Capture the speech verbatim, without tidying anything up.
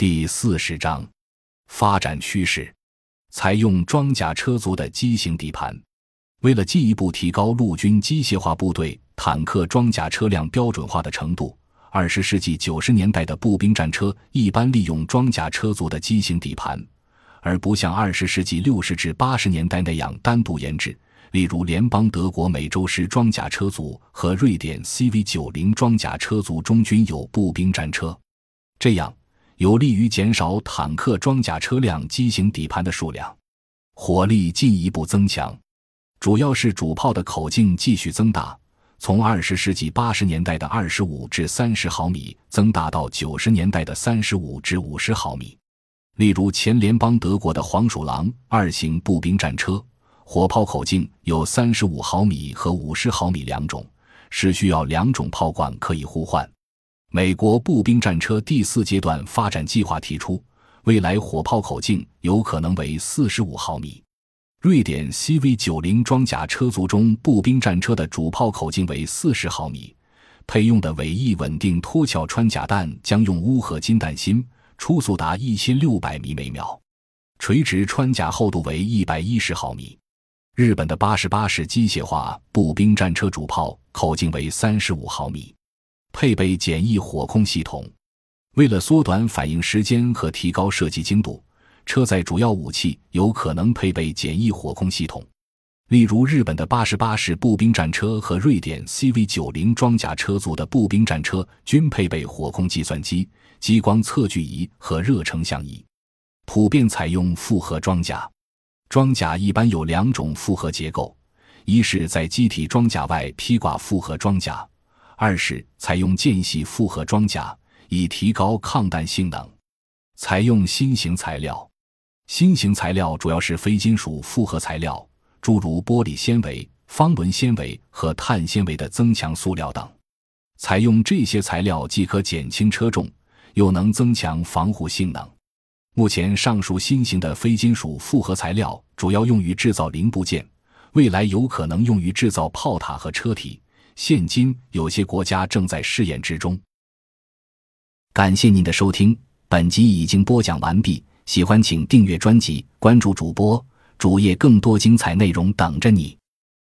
第四十章发展趋势。采用装甲车族的机型底盘。为了进一步提高陆军机械化部队坦克装甲车辆标准化的程度，二十世纪九十年代的步兵战车一般利用装甲车族的机型底盘，而不像二十世纪六十至八十年代那样单独研制，例如联邦德国美洲狮装甲车族和瑞典 C V 九十 装甲车族中均有步兵战车，这样有利于减少坦克装甲车辆机型底盘的数量，火力进一步增强。主要是主炮的口径继续增大，从二十世纪八十年代的二十五至三十毫米增大到九十年代的三十五至五十毫米。例如前联邦德国的黄鼠狼二型步兵战车，火炮口径有三十五毫米和五十毫米两种，是需要两种炮管可以互换。美国步兵战车第四阶段发展计划提出，未来火炮口径有可能为四十五毫米。瑞典 C V 九十 装甲车族中步兵战车的主炮口径为四十毫米，配用的尾翼稳定脱壳穿甲弹将用钨合金弹芯，初速达一千六百米每秒，垂直穿甲厚度为一百一十毫米。日本的八十八式机械化步兵战车主炮口径为三十五毫米，配备简易火控系统。为了缩短反应时间和提高射击精度，车载主要武器有可能配备简易火控系统。例如日本的八十八式步兵战车和瑞典 C V 九十 装甲车族的步兵战车均配备火控计算机、激光测距仪和热成像仪。普遍采用复合装甲。装甲一般有两种复合结构，一是在机体装甲外披挂复合装甲，二是采用间隙复合装甲，以提高抗弹性能。采用新型材料。新型材料主要是非金属复合材料，诸如玻璃纤维、方纶纤维和碳纤维的增强塑料等。采用这些材料既可减轻车重，又能增强防护性能。目前上述新型的非金属复合材料主要用于制造零部件，未来有可能用于制造炮塔和车体，现今有些国家正在试验之中。感谢您的收听，本集已经播讲完毕，喜欢请订阅专辑，关注主播，主页更多精彩内容等着你。